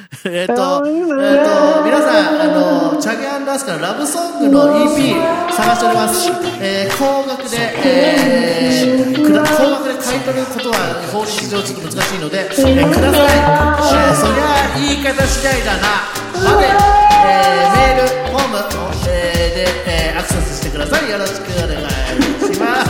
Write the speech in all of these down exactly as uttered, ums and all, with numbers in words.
えっと、えっと、皆さん、あの、チャゲ&アスカのラブソングの イーピー 探しております。えー、高額で、えー、くだ高額で買い取ることは法律上ちょっと難しいので、えー、ください。えー、そりゃ言い方次第だな。まで、えー、メール、フォーム、えー、で、えー、アクセスしてください。よろしくお願いします。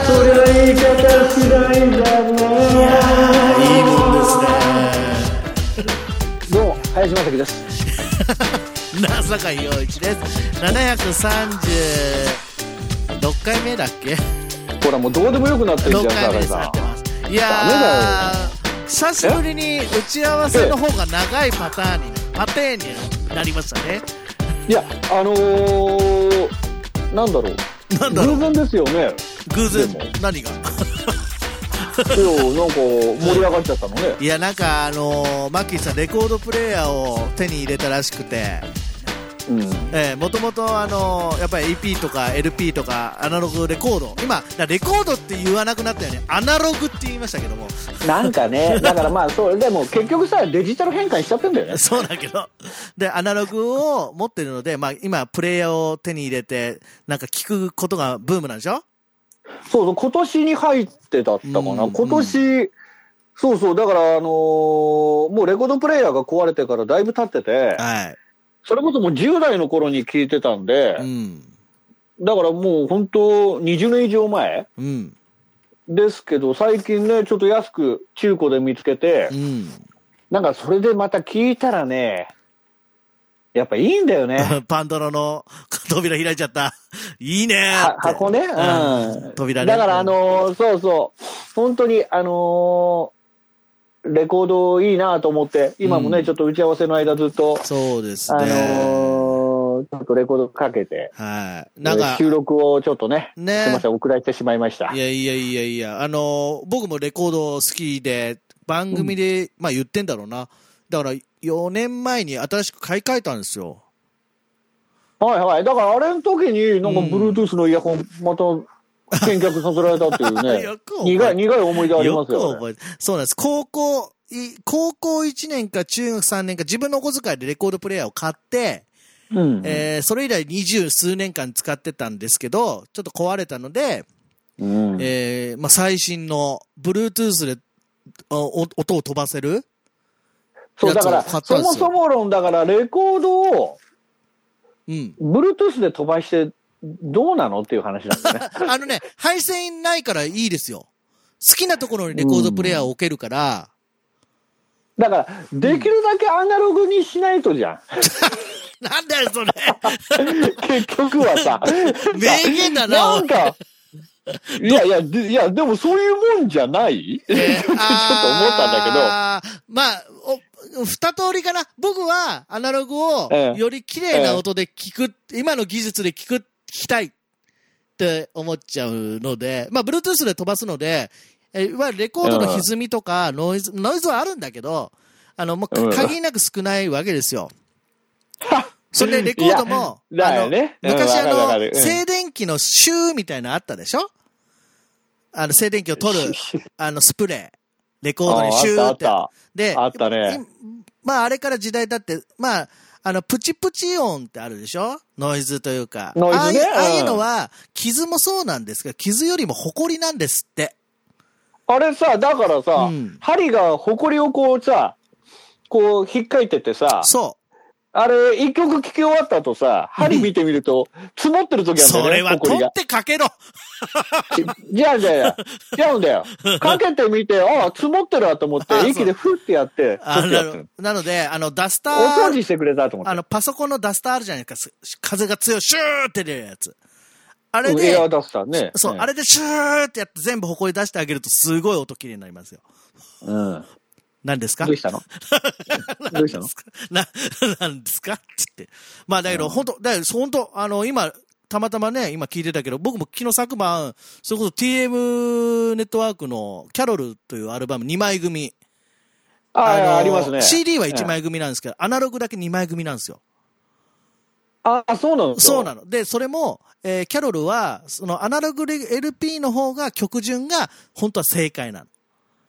そりゃ言い方次第だな。いやー、いいもんですね。 どうも林正樹です。 な坂井陽一です。ななひゃくさんじゅうろっかいめだっけ。 ほらもうどうでもよくなってるじゃん。 ろっかいめになってます。いやー、久しぶりに打ち合わせの方が長いパターンにパテーンになりましたね。 いやあのー、なんだろうなんだろう、 偶然ですよね。 偶然何がいやなんか盛り上がっちゃったのね。 いやなんかあのー、マッキーさんレコードプレーヤーを手に入れたらしくて、うんえー、もともとあのー、やっぱり イーピー とか エルピー とかアナログレコード、今レコードって言わなくなったよね。アナログって言いましたけどもなんかねだからまあそうでも結局さデジタル変換しちゃってんだよね。 そうだけどでアナログを持ってるので、まあ、今プレイヤーを手に入れてなんか聞くことがブームなんでしょ。 そうそう今年に入ってだったかな、うん、今年、うん、そうそうだからあのー、もうレコードプレイヤーが壊れてからだいぶ経ってて、はい、それこそもうじゅう代の頃に聞いてたんで、うん、だからもう本当にじゅうねん以上前、うん、ですけど最近ねちょっと安く中古で見つけて、うん、なんかそれでまた聞いたらねやっぱいいんだよね。 パンドラの扉開いちゃった。いいねー。箱ね。うん。 扉ね。 だからあのー、そうそう。本当にあのー、レコードいいなと思って、今もね、うん、ちょっと打ち合わせの間ずっと。 そうですね。 あのー、ちょっとレコードかけて。 はい。 なんか。収録をちょっとね。ね。すいません、遅らせてしまいました。 いやいやいやいや。あのー、僕もレコード好きで、番組で、うん、まあ言ってんだろうな。だからよねんまえに新しく買い替えたんですよ。 はいはい。だからあれの時になんか Bluetooth のイヤホンまた見学させられたっていうね。苦い苦い思い出ありますよ。よく覚えて。 そうなんです。高校高校いちねんか中学さんねんか自分のお小遣いでレコードプレイヤーを買って、うんえー、それ以来二十数年間使ってたんですけど、ちょっと壊れたので、うんえーまあ、最新の Bluetooth で音を飛ばせる。 そうだからそもそも論だからレコードを、うん、Bluetooth で飛ばしてどうなのっていう話なんだね。 あのね配線ないからいいですよ。好きなところにレコードプレイヤーを置けるから、 うん、だからできるだけアナログにしないとじゃん。 なんだよそれ。 結局はさ名言だな。 なんかいやいやでいやでもそういうもんじゃない、えー、ちょっと思ったんだけど。 あまあお二通りかな。僕はアナログをより綺麗な音で聞く、ええ、今の技術で聞く、聞きたいって思っちゃうので、まあ、Bluetooth で飛ばすので、えいわゆるレコードの歪みとかノイズ、ノイズはあるんだけど、あの、もう限りなく少ないわけですよ。それでレコードも、あの、ね、昔あの、うん、静電気のシューみたいなのあったでしょ？あの、静電気を取る、あの、スプレー。レコードにシューって。 あで、あったね。 まああれから時代経って、まあ、あの、プチプチ音ってあるでしょ？ノイズというか。 ノイズね。 ああいうのは、傷もそうなんですが、傷よりもホコリなんですって。 あれさ、だからさ、うん、針がホコリをこうさ、こう、引っかいててさ、 そう。 あれ、一曲聴き終わった後さ、針見てみると、積もってる時あるんだよね、 それは取ってかけろ。 じゃあじゃあ、違うんだよ。かけてみて、ああ、積もってるわと思って、息でフッてやって、 あのなので、あの、ダスター。 お掃除してくれたと思って。 あの、パソコンのダスターあるじゃないですか。風が強い、シューって出るやつ。あれで、 エアダスターね。 そう、 うん、 あれでシューってやって全部埃出してあげると、すごい音きれいになりますよ。 うん。 何ですか？ どうしたの？どうしたの？ な、何ですか？つって。まあだけど、本当だけど、本当あの、今、たまたまね、今聞いてたけど、僕も昨日昨晩、それこそ ティーエム ネットワークのキャロルというアルバムにまい組。 ああ、ありますね。 シーディー はいちまい組なんですけど、アナログだけにまい組なんですよ。 ああ、そうなの？ そうなの。で、それも、えー、キャロルは、そのアナログ エルピー の方が曲順が、本当は正解なの。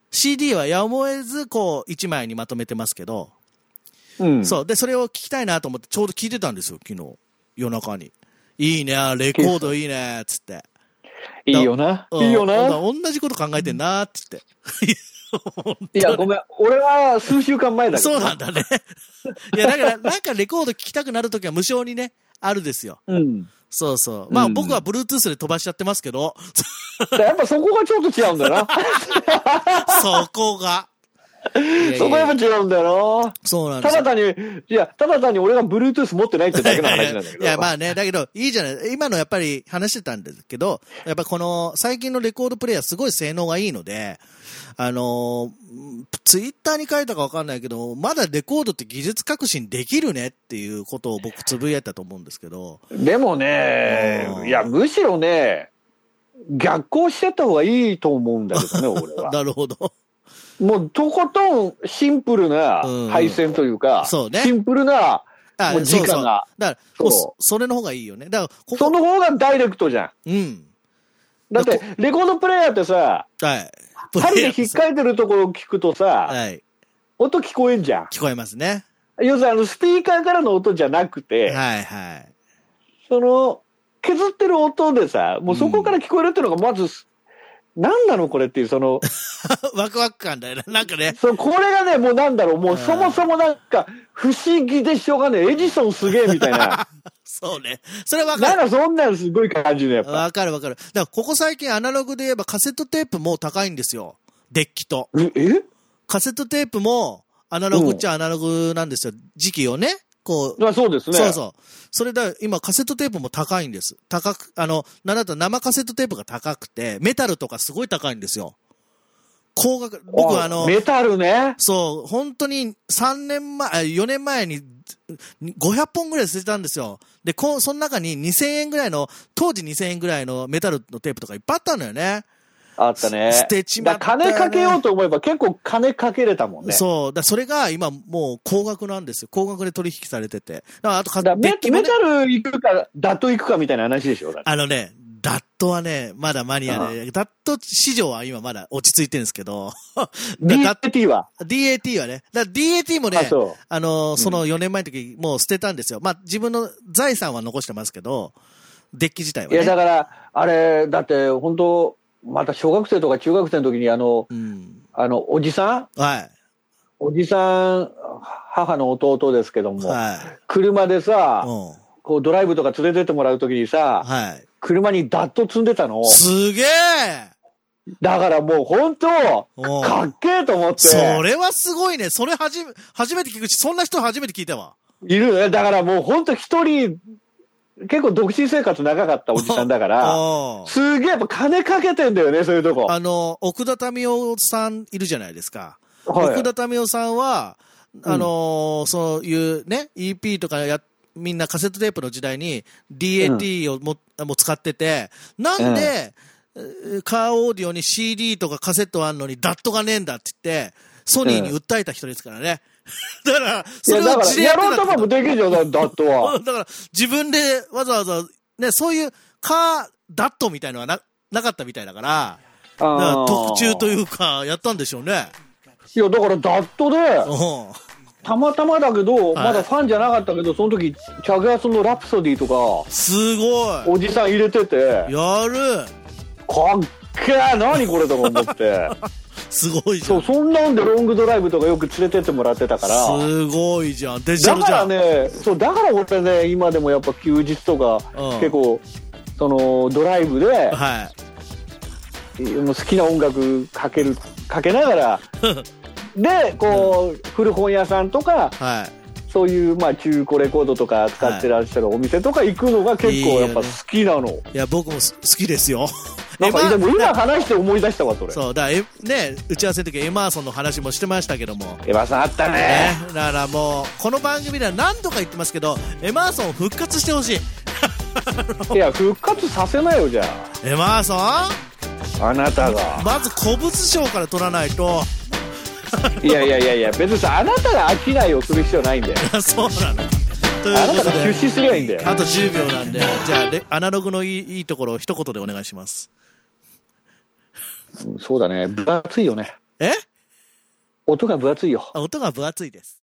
シーディー はやむを得ず、こう、いちまいにまとめてますけど、 うん。 そう。で、それを聞きたいなと思って、ちょうど聞いてたんですよ、昨日。夜中に。いいね、レコードいいね、つって。 いいよな。いいよな。 同じこと考えてんな、つって。 いや、ごめん。俺は数週間前だけど。 そうなんだね。いや、だから、なんかレコード聞きたくなるときは無償にね、あるですよ。 うん。 そうそう。まあ、うん、僕は Bluetooth で飛ばしちゃってますけど。 やっぱそこがちょっと違うんだよな。 そこが。 いやいやそこやっぱ違うんだよな。 そうなんですよ。ただ単に、いや、ただ単に俺が Bluetooth 持ってないってだけの話なんだけど。 いや、まあね、だけど、いいじゃない。今のやっぱり話してたんですけど、やっぱこの最近のレコードプレイヤーすごい性能がいいので、あのー、ツイッターに書いたかわかんないけど、まだレコードって技術革新できるねっていうことを僕つぶやいたと思うんですけど。 でもね、いや、むしろね、逆行してった方がいいと思うんだけどね、俺は。 なるほど。 もう、とことんシンプルな配線というか、うん、そうね、シンプルな、もう時間が。 だから、もうそ、それの方がいいよね。だからここ、 その方がダイレクトじゃん。うん。だって、レコードプレイヤーってさ、はい。針で引っかいてるところを聞くとさ、はい。音聞こえんじゃん。 聞こえますね。 要するに、あの、スピーカーからの音じゃなくて、はいはい。その、削ってる音でさ、もうそこから聞こえるっていうのがまず、うん、何なのこれっていう、その、 ワクワク感だよね。なんかね。 そう、これがね、もうなんだろう、もうそもそもなんか、不思議でしょうがねえ、エジソンすげえみたいな。 そうね。それわかる。 なんかそんなのすごい感じね、やっぱ。 わかるわかる。だから、ここ最近アナログで言えばカセットテープも高いんですよ。デッキと。 ええカセットテープも、アナログっちゃアナログなんですよ。時期をね。こう。あ、そうですね。 そうそう。それだ、今カセットテープも高いんです。高く、あの、なんだったら生カセットテープが高くて、メタルとかすごい高いんですよ。高額、僕はあの、 メタルね。 そう、本当にさんねんまえ、よねんまえにごひゃっぽんぐらい捨てたんですよ。で、こう、その中ににせんえんぐらいの、当時にせんえんぐらいのメタルのテープとかいっぱいあったんだよね。 あったね。 捨てちまった、ね。 金かけようと思えば結構金かけれたもんね。 そう。だそれが今もう高額なんですよ。高額で取引されてて。だからあとか、だメ, ね、メタル行くか、ダット行くかみたいな話でしょ。 あのね、ダットはね、まだマニアで、ダット市場は今まだ落ち着いてるんですけど。 ディーエーティー はディーエーティー はね。だ ディーエーティー もね、あ, あのー、そのよねんまえの時もう捨てたんですよ。まあ自分の財産は残してますけど、デッキ自体はね。 いやだから、あれ、だって本当また小学生とか中学生の時にあの、うん、あの、おじさんはい。おじさん、母の弟ですけども、はい、車でさ、うん、こうドライブとか連れてってもらう時にさ、はい、車にダット積んでたの。 すげえだからもう本当、かっけえと思って。 それはすごいね。それはじめ、初めて聞くし、そんな人初めて聞いたわ。 いるね。だからもう本当一人、結構独身生活長かったおじさんだから、すげえやっぱ金かけてんだよね、そういうとこ。 あの、奥田民生さんいるじゃないですか。はい、奥田民生さんは、あのーうん、そういうね、イーピー とかや、みんなカセットテープの時代に ディーエーティー をも、うん、もう使ってて、なんで、うん、カーオーディオに シーディー とかカセットあんのにダットがねえんだって言って、ソニーに訴えた人ですからね。うん、だから、 それを自でやってた。やろうとかもできるじゃん、ダットは。 だから、自分でわざわざ、ね、そういうカー、ダットみたいのはな、なかったみたいだから、だから特注というか、やったんでしょうね。 いや、だからダットで、うん、たまたまだけど、はい、まだファンじゃなかったけど、その時、チャゲアスのラプソディとか、 すごい。 おじさん入れてて、 やる。 かっけー、何これとか思って。 すごいじゃん。 そう、そんなんでロングドライブとかよく連れてってもらってたから。 すごいじゃん。デジタルじゃん。 だからね、そう、だから俺ね、今でもやっぱ休日とか、うん、結構、その、ドライブで、はい。好きな音楽かける、かけながら、で、こう、うん、古本屋さんとか、はい。そういう、まあ、中古レコードとか使ってらっしゃるお店とか行くのが結構やっぱ好きなの。いいいや、僕も好きですよ。 なんかでも今話して思い出したわ、それ。 そう、だから、ね、打ち合わせの時エマーソンの話もしてましたけども。 エマーソンあったね。 ね、だからもう、この番組では何度か言ってますけど、エマーソン復活してほしい。 いや、復活させなよ、じゃあ。エマーソンあなたが。 まず古物商から取らないと。 いやいやいやいや、別にさ、あなたが商いをする必要ないんだよ。 そうなの。 ということで、あなたが出資すりゃいいんだよ。 あとじゅうびょうなんで、じゃあ、アナログのいい、いいところを一言でお願いします。 そうだね、分厚いよね。 え？ 音が分厚いよ。 音が分厚いです。